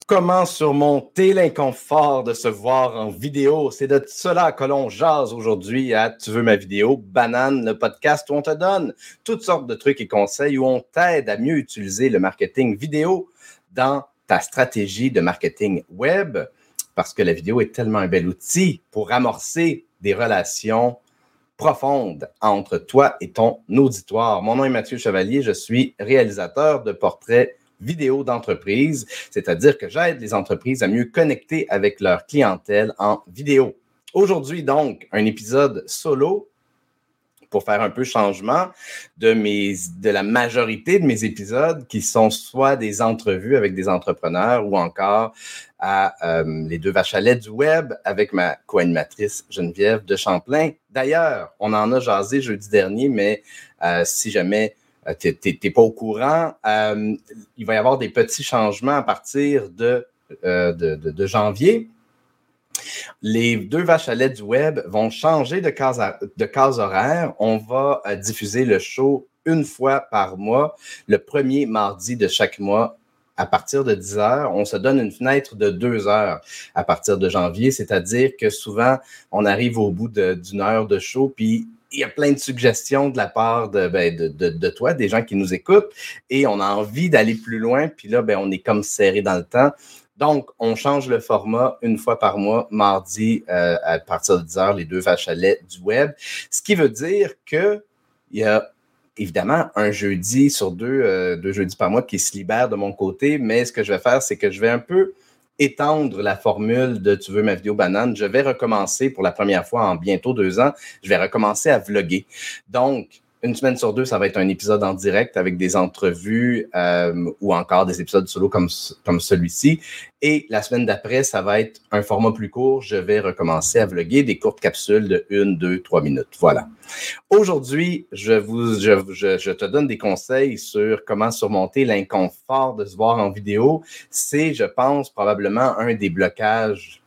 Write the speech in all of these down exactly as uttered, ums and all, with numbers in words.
Comment surmonter l'inconfort de se voir en vidéo? C'est de cela que l'on jase aujourd'hui à Tu veux ma vidéo, Banane, le podcast où on te donne toutes sortes de trucs et conseils, où on t'aide à mieux utiliser le marketing vidéo dans ta stratégie de marketing web, parce que la vidéo est tellement un bel outil pour amorcer des relations profondes entre toi et ton auditoire. Mon nom est Mathieu Chevalier, je suis réalisateur de portraits vidéo d'entreprise, c'est-à-dire que j'aide les entreprises à mieux connecter avec leur clientèle en vidéo. Aujourd'hui, donc, un épisode solo pour faire un peu changement de, mes, de la majorité de mes épisodes qui sont soit des entrevues avec des entrepreneurs ou encore à euh, les deux vaches à lait du web avec ma co-animatrice Geneviève de Champlain. D'ailleurs, on en a jasé jeudi dernier, mais euh, si jamais tu n'es pas au courant, euh, il va y avoir des petits changements à partir de, euh, de, de, de janvier. Les deux vaches à lait du web vont changer de case, à, de case horaire. On va euh, diffuser le show une fois par mois, le premier mardi de chaque mois à partir de dix heures. On se donne une fenêtre de deux heures à partir de janvier, c'est-à-dire que souvent, on arrive au bout de, d'une heure de show, puis il y a plein de suggestions de la part de, ben, de, de, de toi, des gens qui nous écoutent, et on a envie d'aller plus loin, puis là, ben, on est comme serré dans le temps. Donc, on change le format une fois par mois, mardi, euh, à partir de dix heures, les deux vaches à lait du web. Ce qui veut dire qu'il y a évidemment un jeudi sur deux, euh, deux jeudis par mois qui se libèrent de mon côté, mais ce que je vais faire, c'est que je vais un peu étendre la formule de Tu veux ma vidéo banane. Je vais recommencer pour la première fois en bientôt deux ans, je vais recommencer à vlogger. Donc, une semaine sur deux, ça va être un épisode en direct avec des entrevues euh, ou encore des épisodes solo comme, comme celui-ci. Et la semaine d'après, ça va être un format plus court. Je vais recommencer à vlogger des courtes capsules de une, deux, trois minutes. Voilà. Aujourd'hui, je, vous, je, je, je te donne des conseils sur comment surmonter l'inconfort de se voir en vidéo. C'est, je pense, probablement un des blocages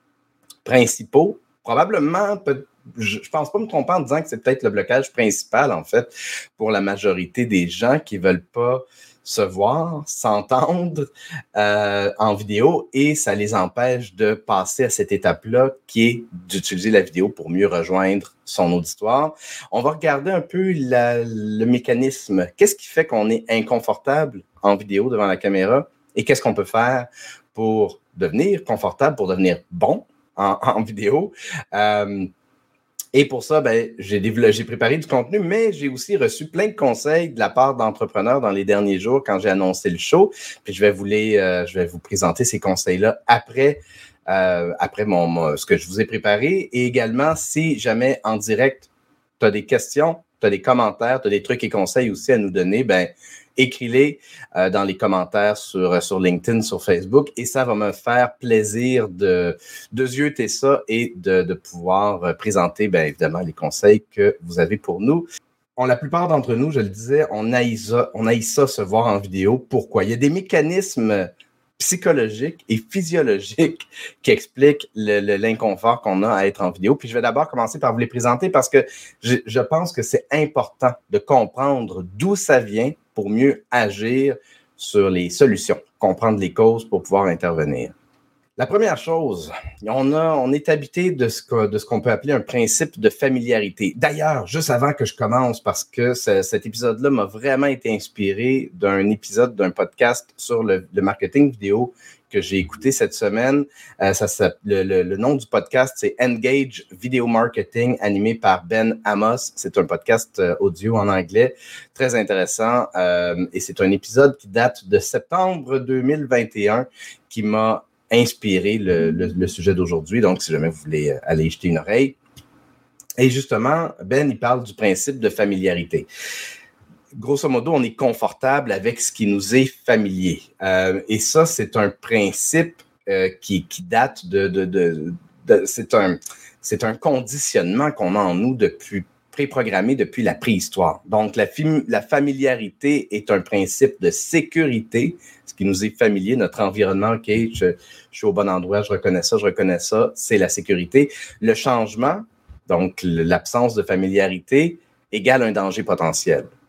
principaux. Probablement, peut-être. Je ne pense pas me tromper en disant que c'est peut-être le blocage principal, en fait, pour la majorité des gens qui ne veulent pas se voir, s'entendre euh, en vidéo, et ça les empêche de passer à cette étape-là qui est d'utiliser la vidéo pour mieux rejoindre son auditoire. On va regarder un peu la, le mécanisme. Qu'est-ce qui fait qu'on est inconfortable en vidéo devant la caméra et qu'est-ce qu'on peut faire pour devenir confortable, pour devenir bon en, en vidéo? Euh, Et pour ça, ben, j'ai, développé, j'ai préparé du contenu, mais j'ai aussi reçu plein de conseils de la part d'entrepreneurs dans les derniers jours quand j'ai annoncé le show. Puis je vais vous, les, euh, je vais vous présenter ces conseils-là après, euh, après mon, mon, ce que je vous ai préparé. Et également, si jamais en direct, tu as des questions, tu as des commentaires, tu as des trucs et conseils aussi à nous donner, ben, écris-les euh, dans les commentaires sur, sur LinkedIn, sur Facebook, et ça va me faire plaisir de, de zioter ça et de, de pouvoir présenter, bien évidemment, les conseils que vous avez pour nous. On, la plupart d'entre nous, je le disais, on haït ça, on haït ça se voir en vidéo. Pourquoi? Il y a des mécanismes psychologiques et physiologiques qui expliquent le, le, l'inconfort qu'on a à être en vidéo. Puis je vais d'abord commencer par vous les présenter parce que je, je pense que c'est important de comprendre d'où ça vient pour mieux agir sur les solutions, comprendre les causes pour pouvoir intervenir. La première chose, on, a, on est habité de ce, que, de ce qu'on peut appeler un principe de familiarité. D'ailleurs, juste avant que je commence, parce que ce, cet épisode-là m'a vraiment été inspiré d'un épisode d'un podcast sur le, le marketing vidéo que j'ai écouté cette semaine. Euh, ça, ça, le, le, le nom du podcast, c'est Engage Video Marketing, animé par Ben Amos. C'est un podcast euh, audio en anglais, très intéressant. Euh, et c'est un épisode qui date de septembre deux mille vingt et un qui m'a inspiré le, le, le sujet d'aujourd'hui. Donc, si jamais vous voulez aller jeter une oreille. Et justement, Ben, il parle du principe de familiarité. Grosso modo, on est confortable avec ce qui nous est familier. Euh, et ça, c'est un principe euh, qui, qui date de... de, de, de c'est, un, c'est un conditionnement qu'on a en nous depuis préprogrammé depuis la préhistoire. Donc, la, fam- la familiarité est un principe de sécurité, ce qui nous est familier, notre environnement. OK, je, je suis au bon endroit, je reconnais ça, je reconnais ça, c'est la sécurité. Le changement, donc l'absence de familiarité, égale un danger potentiel.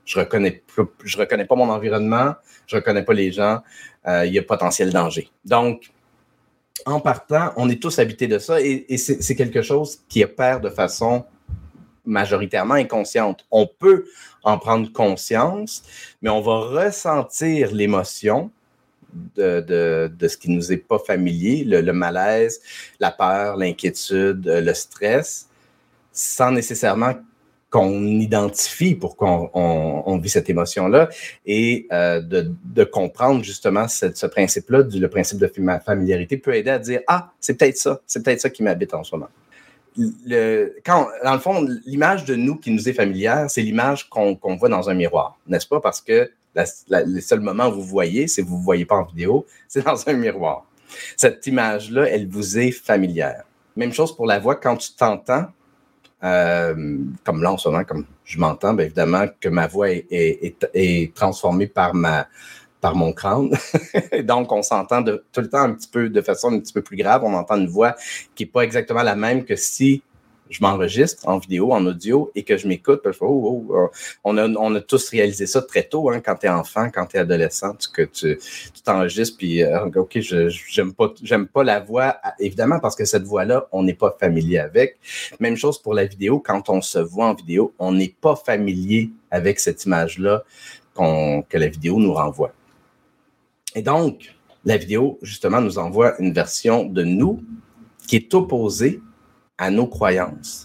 je reconnais, je reconnais pas mon environnement, je reconnais pas les gens, euh, il y a potentiel danger. Donc, en partant, on est tous habités de ça et, et c'est, c'est quelque chose qui opère de façon majoritairement inconsciente. On peut en prendre conscience, mais on va ressentir l'émotion de, de, de ce qui nous est pas familier, le, le malaise, la peur, l'inquiétude, le stress, sans nécessairement qu'on identifie pourquoi on, on, on vit cette émotion-là et euh, de, de comprendre justement ce, ce principe-là, du, le principe de familiarité peut aider à dire « Ah, c'est peut-être ça, c'est peut-être ça qui m'habite en ce moment ». Le, quand, dans le fond, l'image de nous qui nous est familière, c'est l'image qu'on, qu'on voit dans un miroir, n'est-ce pas? Parce que la, la, le seul moment où vous voyez, c'est que vous ne vous voyez pas en vidéo, c'est dans un miroir. Cette image-là, elle vous est familière. Même chose pour la voix, quand tu t'entends, Euh, comme là en ce moment, comme je m'entends, bien évidemment que ma voix est, est, est, est transformée par, ma, par mon crâne. Donc, on s'entend de, tout le temps un petit peu, de façon un petit peu plus grave. On entend une voix qui n'est pas exactement la même que si je m'enregistre en vidéo, en audio et que je m'écoute. Je fais, oh, oh, oh. On, a, on a tous réalisé ça très tôt, hein, quand tu es enfant, quand tu es adolescent, tu, que tu, tu t'enregistres puis euh, OK, je, j'aime pas, j'aime pas la voix, évidemment, parce que cette voix-là, on n'est pas familier avec. Même chose pour la vidéo. Quand on se voit en vidéo, on n'est pas familier avec cette image-là qu'on, que la vidéo nous renvoie. Et donc, la vidéo, justement, nous envoie une version de nous qui est opposée à nos croyances.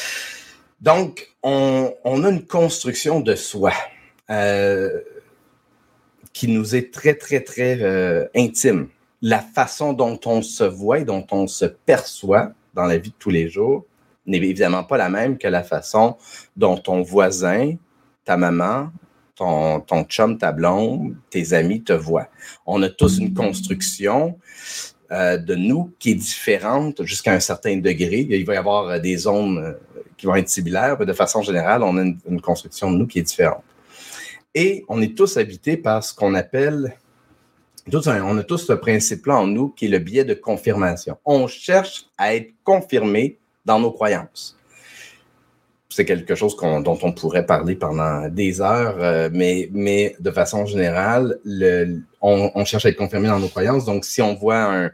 Donc, on, on a une construction de soi euh, qui nous est très, très, très euh, intime. La façon dont on se voit et dont on se perçoit dans la vie de tous les jours n'est évidemment pas la même que la façon dont ton voisin, ta maman, ton, ton chum, ta blonde, tes amis te voient. On a tous une construction Euh, de nous qui est différente jusqu'à un certain degré. Il va y avoir euh, des zones euh, qui vont être similaires, mais de façon générale, on a une, une construction de nous qui est différente. Et on est tous habités par ce qu'on appelle, tous, on a tous ce principe-là en nous qui est le biais de confirmation. On cherche à être confirmé dans nos croyances. C'est quelque chose qu'on, dont on pourrait parler pendant des heures, euh, mais, mais de façon générale, le, on, on cherche à être confirmé dans nos croyances. Donc, si on voit un,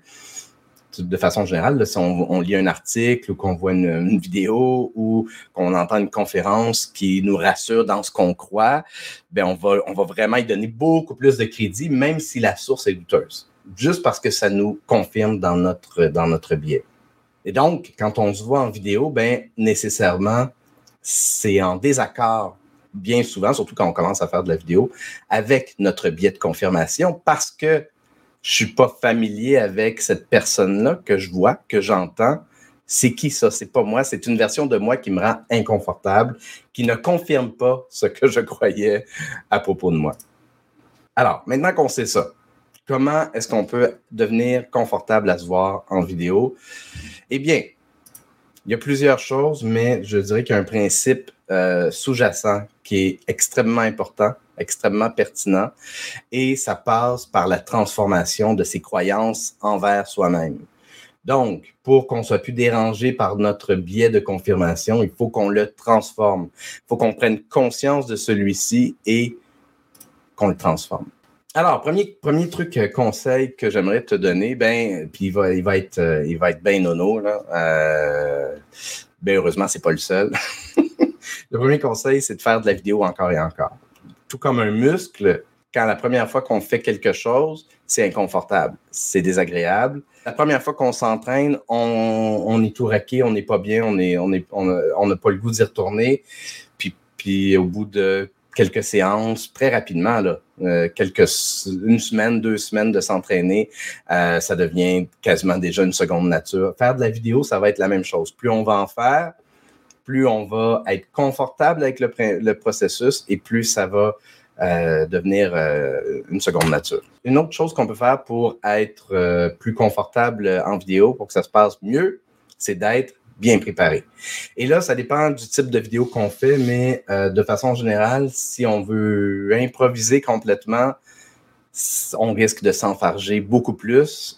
de façon générale, là, si on, on lit un article ou qu'on voit une, une vidéo ou qu'on entend une conférence qui nous rassure dans ce qu'on croit, bien, on va, on va vraiment y donner beaucoup plus de crédit, même si la source est douteuse, juste parce que ça nous confirme dans notre, dans notre biais. Et donc, quand on se voit en vidéo, bien, nécessairement, c'est en désaccord bien souvent, surtout quand on commence à faire de la vidéo, avec notre biais de confirmation parce que je ne suis pas familier avec cette personne-là que je vois, que j'entends. C'est qui ça? C'est pas moi. C'est une version de moi qui me rend inconfortable, qui ne confirme pas ce que je croyais à propos de moi. Alors, maintenant qu'on sait ça, comment est-ce qu'on peut devenir confortable à se voir en vidéo? Eh bien, il y a plusieurs choses, mais je dirais qu'il y a un principe euh, sous-jacent qui est extrêmement important, extrêmement pertinent, et ça passe par la transformation de ses croyances envers soi-même. Donc, pour qu'on ne soit plus dérangé par notre biais de confirmation, il faut qu'on le transforme. Il faut qu'on prenne conscience de celui-ci et qu'on le transforme. Alors, premier, premier truc, euh, conseil que j'aimerais te donner, ben, puis il va, il va être, euh, il va être bien nono, là. Euh, ben, heureusement, c'est pas le seul. Le premier conseil, c'est de faire de la vidéo encore et encore. Tout comme un muscle, quand la première fois qu'on fait quelque chose, c'est inconfortable, c'est désagréable. La première fois qu'on s'entraîne, on, on est tout raqué, on n'est pas bien, on est, on est, on a, on n'a pas le goût d'y retourner. Puis, puis au bout de quelques séances, très rapidement, là, euh, quelques, une semaine, deux semaines de s'entraîner, euh, ça devient quasiment déjà une seconde nature. Faire de la vidéo, ça va être la même chose. Plus on va en faire, plus on va être confortable avec le, le processus et plus ça va euh, devenir euh, une seconde nature. Une autre chose qu'on peut faire pour être euh, plus confortable en vidéo, pour que ça se passe mieux, c'est d'être bien préparé. Et là, ça dépend du type de vidéo qu'on fait, mais euh, de façon générale, si on veut improviser complètement, on risque de s'enfarger beaucoup plus.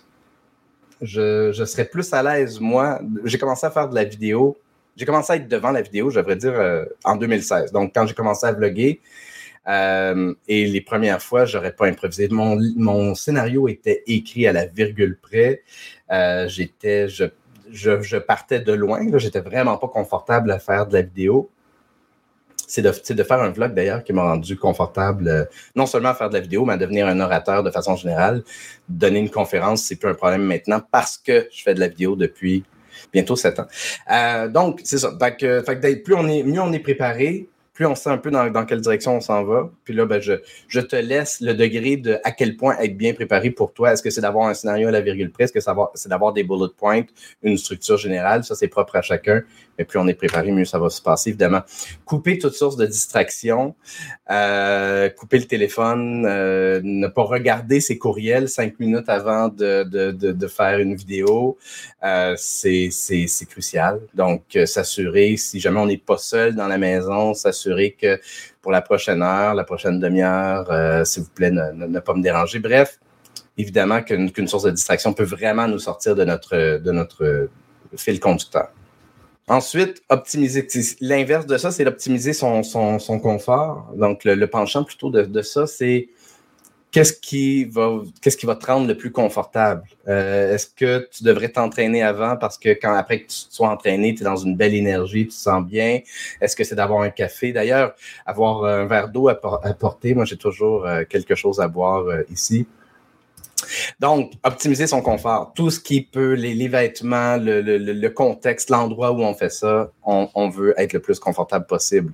Je, je serais plus à l'aise, moi. J'ai commencé à faire de la vidéo. J'ai commencé à être devant la vidéo, je devrais dire, euh, en deux mille seize. Donc, quand j'ai commencé à vlogger, Euh, et les premières fois, j'aurais pas improvisé. Mon, mon scénario était écrit à la virgule près. Euh, j'étais, je, je, je partais de loin. Là, j'étais vraiment pas confortable à faire de la vidéo. C'est de, c'est de faire un vlog, d'ailleurs, qui m'a rendu confortable, euh, non seulement à faire de la vidéo, mais à devenir un orateur de façon générale. Donner une conférence, c'est plus un problème maintenant parce que je fais de la vidéo depuis bientôt sept ans. Euh, donc, c'est ça. Fait que, fait que plus on est, mieux on est préparé, plus on sait un peu dans, dans quelle direction on s'en va. Puis là, ben, je, je te laisse le degré de à quel point être bien préparé pour toi. Est-ce que c'est d'avoir un scénario à la virgule près? Est-ce que c'est d'avoir des bullet points, une structure générale? Ça, c'est propre à chacun. Mais plus on est préparé, mieux ça va se passer, évidemment. Couper toute source de distraction. Euh, couper le téléphone. Euh, ne pas regarder ses courriels cinq minutes avant de, de, de, de faire une vidéo. Euh, c'est, c'est, c'est crucial. Donc, euh, s'assurer, si jamais on n'est pas seul dans la maison, s'assurer que pour la prochaine heure, la prochaine demi-heure, euh, s'il vous plaît, ne, ne, ne pas me déranger. Bref, évidemment qu'une, qu'une source de distraction peut vraiment nous sortir de notre, de notre fil conducteur. Ensuite, optimiser. L'inverse de ça, c'est d'optimiser son, son, son confort. Donc, le, le penchant plutôt de, de ça, c'est qu'est-ce qui va, qu'est-ce qui va te rendre le plus confortable? Euh, est-ce que tu devrais t'entraîner avant parce que quand après que tu sois entraîné, tu es dans une belle énergie, tu te sens bien? Est-ce que c'est d'avoir un café? D'ailleurs, avoir un verre d'eau à, por- à porter, moi, j'ai toujours euh, quelque chose à boire euh, ici. Donc, optimiser son confort. Tout ce qui peut, les, les vêtements, le, le, le contexte, l'endroit où on fait ça, on, on veut être le plus confortable possible.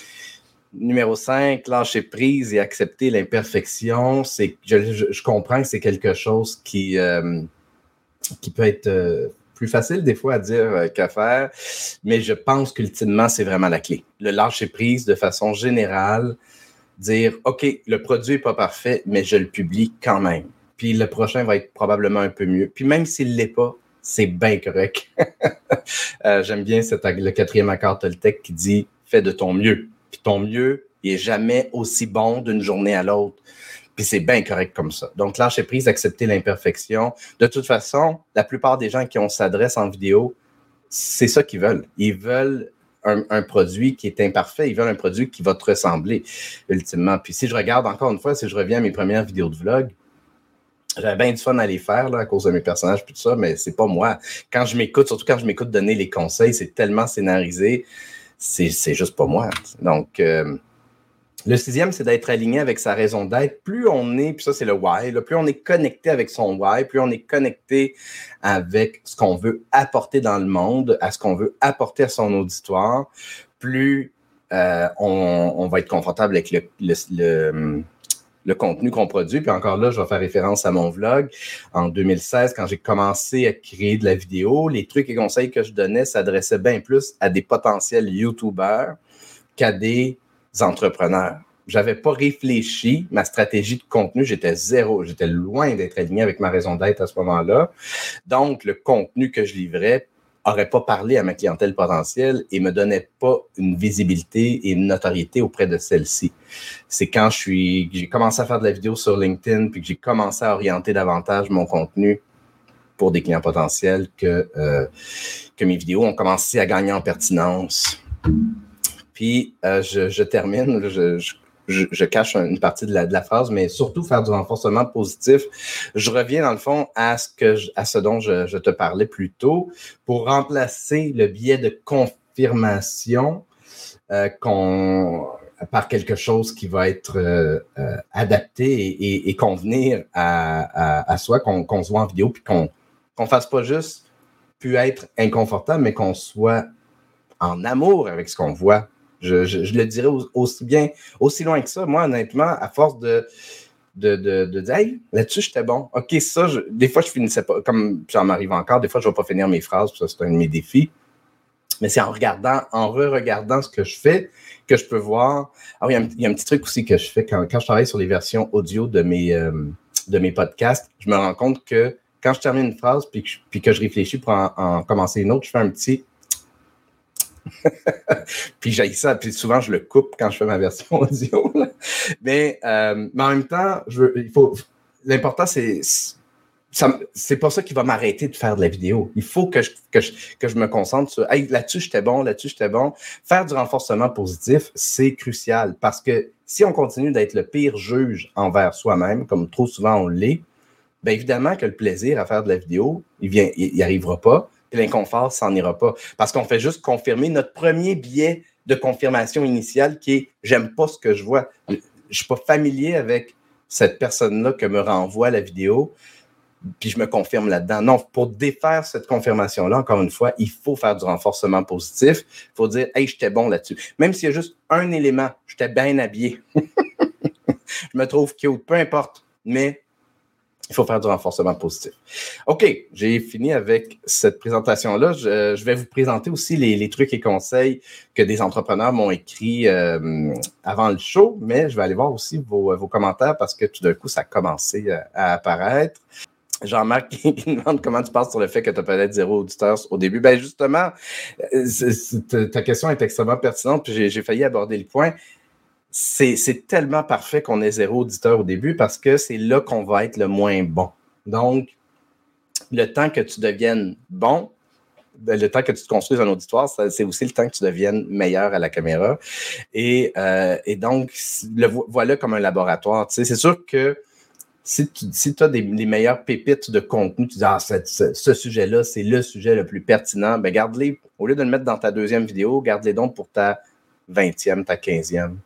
Numéro cinq, lâcher prise et accepter l'imperfection. C'est, je, je, je comprends que c'est quelque chose qui, euh, qui peut être euh, plus facile des fois à dire euh, qu'à faire, mais je pense qu'ultimement, c'est vraiment la clé. Le lâcher prise de façon générale, dire, OK, le produit n'est pas parfait, mais je le publie quand même. Puis le prochain va être probablement un peu mieux. Puis même s'il ne l'est pas, c'est bien correct. euh, j'aime bien cette, le quatrième accord Toltec qui dit « fais de ton mieux ». Puis ton mieux, il n'est jamais aussi bon d'une journée à l'autre. Puis c'est bien correct comme ça. Donc, lâcher prise, accepter l'imperfection. De toute façon, la plupart des gens qui on s'adresse en vidéo, c'est ça qu'ils veulent. Ils veulent un, un produit qui est imparfait. Ils veulent un produit qui va te ressembler, ultimement. Puis si je regarde encore une fois, si je reviens à mes premières vidéos de vlog, j'avais bien du fun à les faire là, à cause de mes personnages et tout ça, mais c'est pas moi. Quand je m'écoute, surtout quand je m'écoute donner les conseils, c'est tellement scénarisé, c'est, c'est juste pas moi. Donc, euh, le sixième, c'est d'être aligné avec sa raison d'être. Plus on est, puis ça c'est le why, là, plus on est connecté avec son why, plus on est connecté avec ce qu'on veut apporter dans le monde, à ce qu'on veut apporter à son auditoire, plus euh, on, on va être confortable avec le... le, le le contenu qu'on produit. Puis encore là, je vais faire référence à mon vlog. En deux mille seize, quand j'ai commencé à créer de la vidéo, les trucs et conseils que je donnais s'adressaient bien plus à des potentiels YouTubers qu'à des entrepreneurs. J'avais pas réfléchi ma stratégie de contenu. J'étais zéro. J'étais loin d'être aligné avec ma raison d'être à ce moment-là. Donc, le contenu que je livrais n'aurait pas parlé à ma clientèle potentielle et me donnait pas une visibilité et une notoriété auprès de celle-ci. C'est quand je suis, j'ai commencé à faire de la vidéo sur LinkedIn puis que j'ai commencé à orienter davantage mon contenu pour des clients potentiels que, euh, que mes vidéos ont commencé à gagner en pertinence. Puis, euh, je, je termine, je, je Je, je cache une partie de la, de la phrase, mais surtout faire du renforcement positif. Je reviens dans le fond à ce, que je, à ce dont je, je te parlais plus tôt pour remplacer le biais de confirmation euh, qu'on, par quelque chose qui va être euh, euh, adapté et, et, et convenir à, à, à soi, qu'on, qu'on se voit en vidéo, puis qu'on qu'on fasse pas juste pu être inconfortable, mais qu'on soit en amour avec ce qu'on voit. Je, je, je le dirais aussi bien, aussi loin que ça. Moi, honnêtement, à force de, de, de, de dire, hey, là-dessus, j'étais bon. OK, ça, je, des fois, je finissais pas, comme j'en m'arrive encore, des fois, je ne vais pas finir mes phrases, ça, c'est un de mes défis. Mais c'est en regardant, en re-regardant ce que je fais, que je peux voir. Ah oui, il y a un, il y a un petit truc aussi que je fais quand, quand je travaille sur les versions audio de mes, euh, de mes podcasts. Je me rends compte que quand je termine une phrase puis que, puis que je réfléchis pour en, en commencer une autre, je fais un petit puis j'ai ça, puis souvent je le coupe quand je fais ma version audio. Là. Mais, euh, mais en même temps, je veux, il faut, l'important c'est, ça, c'est pas ça qui va m'arrêter de faire de la vidéo. Il faut que je, que je, que je me concentre sur hey, là-dessus, j'étais bon, là-dessus, j'étais bon. Faire du renforcement positif, c'est crucial parce que si on continue d'être le pire juge envers soi-même, comme trop souvent on l'est, bien évidemment que le plaisir à faire de la vidéo, il vient, il, il arrivera pas, et l'inconfort s'en ira pas. Parce qu'on fait juste confirmer notre premier biais de confirmation initiale qui est « j'aime pas ce que je vois ». Je suis pas familier avec cette personne-là que me renvoie la vidéo, puis je me confirme là-dedans. Non, pour défaire cette confirmation-là, encore une fois, il faut faire du renforcement positif. Il faut dire « hey, j'étais bon là-dessus ». Même s'il y a juste un élément, j'étais bien habillé, je me trouve cute, peu importe, mais il faut faire du renforcement positif. OK, j'ai fini avec cette présentation-là. Je, je vais vous présenter aussi les, les trucs et conseils que des entrepreneurs m'ont écrits euh, avant le show, mais je vais aller voir aussi vos, vos commentaires parce que tout d'un coup, ça a commencé à, à apparaître. Jean-Marc qui demande comment tu penses sur le fait que tu as peut-être zéro auditeur au début. Bien, justement, c'est, c'est, ta question est extrêmement pertinente, puis j'ai, j'ai failli aborder le point. C'est, c'est tellement parfait qu'on ait zéro auditeur au début parce que c'est là qu'on va être le moins bon. Donc, le temps que tu deviennes bon, le temps que tu te construises un auditoire, ça, c'est aussi le temps que tu deviennes meilleur à la caméra. Et, euh, et donc, le voilà comme un laboratoire. Tu sais, c'est sûr que si tu si as des, les meilleures pépites de contenu, tu dis « Ah, ce, ce, ce sujet-là, c'est le sujet le plus pertinent », bien, garde-les. Au lieu de le mettre dans ta deuxième vidéo, garde-les donc pour ta vingtième, ta quinzième.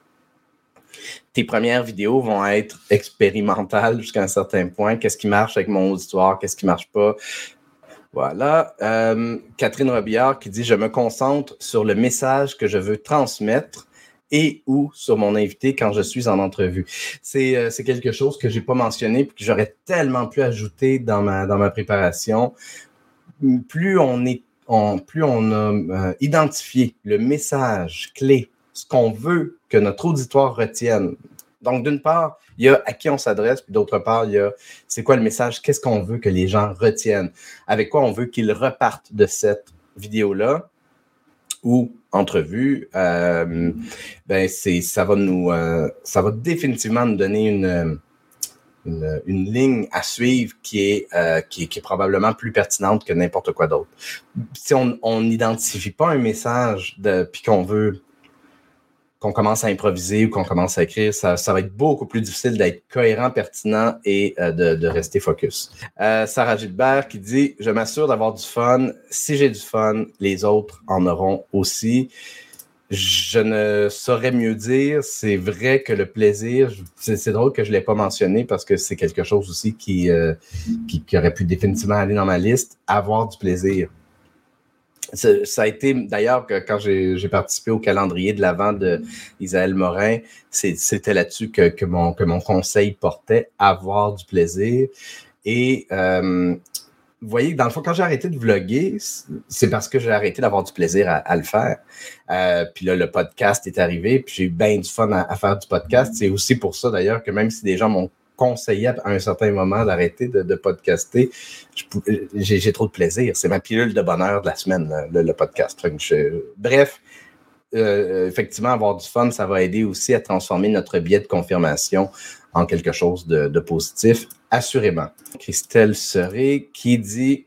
Tes premières vidéos vont être expérimentales jusqu'à un certain point. Qu'est-ce qui marche avec mon auditoire? Qu'est-ce qui ne marche pas? Voilà. Euh, Catherine Robillard qui dit « Je me concentre sur le message que je veux transmettre et ou sur mon invité quand je suis en entrevue. » C'est, euh, c'est quelque chose que je n'ai pas mentionné et que j'aurais tellement pu ajouter dans ma, dans ma préparation. Plus on, est, on, plus on a euh, identifié le message clé, ce qu'on veut que notre auditoire retienne. Donc, d'une part, il y a à qui on s'adresse, puis d'autre part, il y a c'est quoi le message, qu'est-ce qu'on veut que les gens retiennent, avec quoi on veut qu'ils repartent de cette vidéo-là ou entrevue. Euh, ben c'est, ça va nous, euh, ça va définitivement nous donner une, une, une ligne à suivre qui est, euh, qui est, qui est probablement plus pertinente que n'importe quoi d'autre. Si on n'identifie pas un message de, puis qu'on veut qu'on commence à improviser ou qu'on commence à écrire, ça, ça va être beaucoup plus difficile d'être cohérent, pertinent et euh, de, de rester focus. Euh, Sarah Gilbert qui dit « Je m'assure d'avoir du fun. Si j'ai du fun, les autres en auront aussi. » Je ne saurais mieux dire. C'est vrai que le plaisir, c'est, c'est drôle que je ne l'ai pas mentionné parce que c'est quelque chose aussi qui, euh, qui, qui aurait pu définitivement aller dans ma liste. Avoir du plaisir. Ça, ça a été, d'ailleurs, que quand j'ai, j'ai participé au calendrier de l'Avent d'Isaël Morin, c'est, c'était là-dessus que, que, mon, que mon conseil portait, avoir du plaisir. Et euh, vous voyez, dans le fond, quand j'ai arrêté de vlogger, c'est parce que j'ai arrêté d'avoir du plaisir à, à le faire. Euh, puis là, le podcast est arrivé, puis j'ai eu bien du fun à, à faire du podcast. C'est aussi pour ça, d'ailleurs, que même si des gens m'ont conseillé à un certain moment d'arrêter de, de podcaster, je, j'ai, j'ai trop de plaisir. C'est ma pilule de bonheur de la semaine, le, le podcast. Je, bref, euh, effectivement, avoir du fun, ça va aider aussi à transformer notre biais de confirmation en quelque chose de, de positif, assurément. Christelle Serré qui dit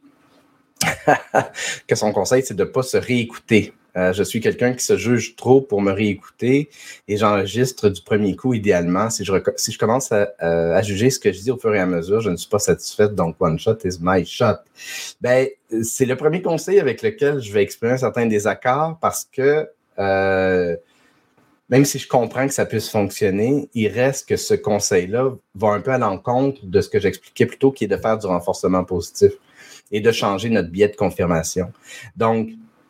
que son conseil, c'est de ne pas se réécouter. Euh, je suis quelqu'un qui se juge trop pour me réécouter et j'enregistre du premier coup idéalement. Si je, rec- si je commence à, euh, à juger ce que je dis au fur et à mesure, je ne suis pas satisfaite, donc one shot is my shot. Ben, c'est le premier conseil avec lequel je vais exprimer un certain désaccord parce que euh, même si je comprends que ça puisse fonctionner, il reste que ce conseil-là va un peu à l'encontre de ce que j'expliquais plus tôt, qui est de faire du renforcement positif et de changer notre biais de confirmation. Donc,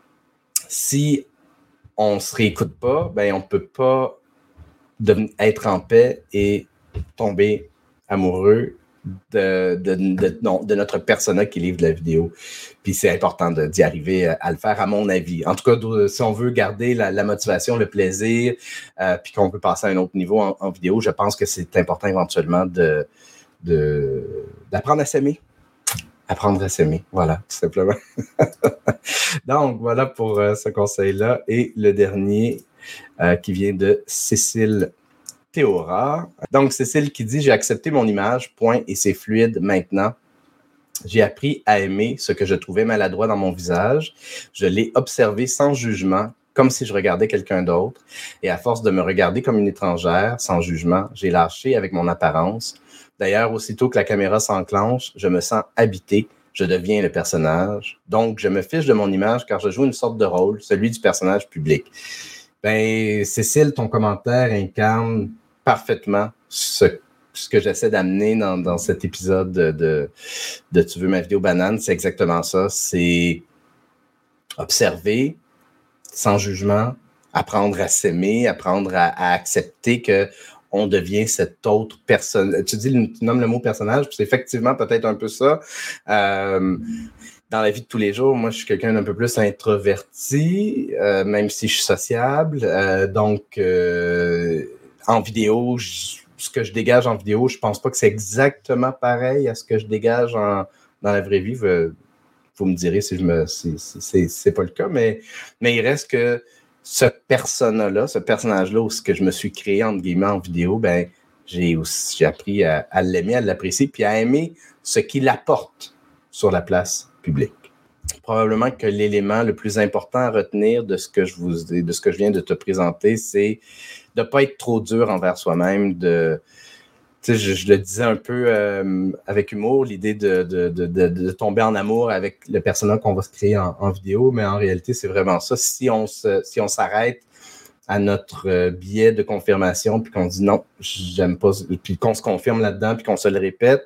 si on ne se réécoute pas, ben on ne peut pas de, être en paix et tomber amoureux de, de, de, non, de notre persona qui livre la vidéo. Puis c'est important de, d'y arriver à le faire, à mon avis. En tout cas, si on veut garder la, la motivation, le plaisir, euh, puis qu'on peut passer à un autre niveau en, en vidéo, je pense que c'est important éventuellement de, de, d'apprendre à s'aimer. Apprendre à s'aimer, voilà, tout simplement. Donc, voilà pour euh, ce conseil-là. Et le dernier euh, qui vient de Cécile Théora. Donc, Cécile qui dit « J'ai accepté mon image, point, et c'est fluide maintenant. J'ai appris à aimer ce que je trouvais maladroit dans mon visage. Je l'ai observé sans jugement, comme si je regardais quelqu'un d'autre. Et à force de me regarder comme une étrangère, sans jugement, j'ai lâché avec mon apparence. D'ailleurs, aussitôt que la caméra s'enclenche, je me sens habité. Je deviens le personnage. Donc, je me fiche de mon image car je joue une sorte de rôle, celui du personnage public. Ben, Cécile, ton commentaire incarne parfaitement ce, ce que j'essaie d'amener dans, dans cet épisode de, de, de Tu veux ma vidéo banane. C'est exactement ça. C'est observer sans jugement, apprendre à s'aimer, apprendre à, à accepter que on devient cette autre personne. Tu dis, tu nommes le mot personnage, puis c'est effectivement peut-être un peu ça. Euh, dans la vie de tous les jours, moi, je suis quelqu'un d'un peu plus introverti, euh, même si je suis sociable. Euh, donc, euh, en vidéo, je, ce que je dégage en vidéo, je pense pas que c'est exactement pareil à ce que je dégage en, dans la vraie vie. Vous, vous me direz si je me si, si, si c'est pas le cas, mais, mais il reste que ce persona-là, ce personnage-là, où ce que je me suis créé, entre guillemets, en vidéo, ben, j'ai aussi j'ai appris à, à l'aimer, à l'apprécier, puis à aimer ce qu'il apporte sur la place publique. Probablement que l'élément le plus important à retenir de ce que je vous de ce que je viens de te présenter, c'est de ne pas être trop dur envers soi-même, de Tu sais, je, je le disais un peu euh, avec humour, l'idée de, de, de, de, de tomber en amour avec le personnage qu'on va se créer en, en vidéo, mais en réalité, c'est vraiment ça. Si on se, si on s'arrête à notre euh, biais de confirmation, puis qu'on dit non, j'aime pas, puis qu'on se confirme là-dedans, puis qu'on se le répète,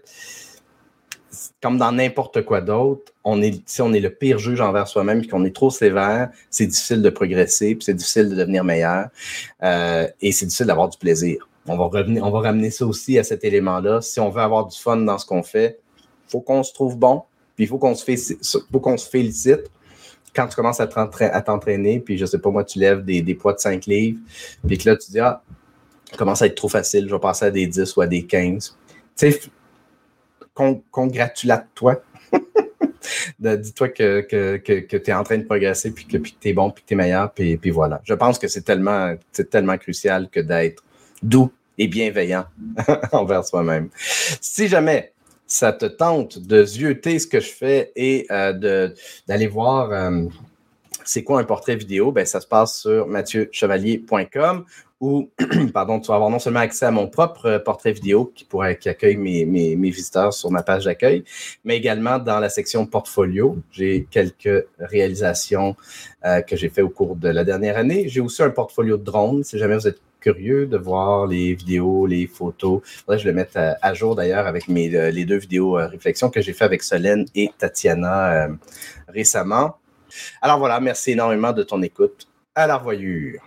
comme dans n'importe quoi d'autre, on est, si on est le pire juge envers soi-même, puis qu'on est trop sévère, c'est difficile de progresser, puis c'est difficile de devenir meilleur, euh, et c'est difficile d'avoir du plaisir. On va revenir, on va ramener ça aussi à cet élément-là. Si on veut avoir du fun dans ce qu'on fait, il faut qu'on se trouve bon, puis il faut qu'on se félicite, faut qu'on se félicite. Quand tu commences à t'entraîner, puis je sais pas, moi, tu lèves des, des poids de cinq livres, puis que là, tu dis, ah, ça commence à être trop facile, je vais passer à des dix ou à des quinze. Tu sais, con, congratulate-toi. Dis-toi que, que, que, que tu es en train de progresser, puis que, puis que tu es bon, puis que tu es meilleur, puis, puis voilà. Je pense que c'est tellement, c'est tellement crucial que d'être doux et bienveillant envers soi-même. Si jamais ça te tente de zioter ce que je fais et euh, de, d'aller voir euh, c'est quoi un portrait vidéo, ben, ça se passe sur mathieu chevalier point com où pardon, tu vas avoir non seulement accès à mon propre portrait vidéo qui, pourrait, qui accueille mes, mes, mes visiteurs sur ma page d'accueil, mais également dans la section portfolio. J'ai quelques réalisations euh, que j'ai fait au cours de la dernière année. J'ai aussi un portfolio de drone, si jamais vous êtes curieux de voir les vidéos, les photos. Faudrait que je le mette à, à jour d'ailleurs avec mes, euh, les deux vidéos euh, réflexions que j'ai fait avec Solène et Tatiana euh, récemment. Alors voilà, merci énormément de ton écoute. À la revoyure.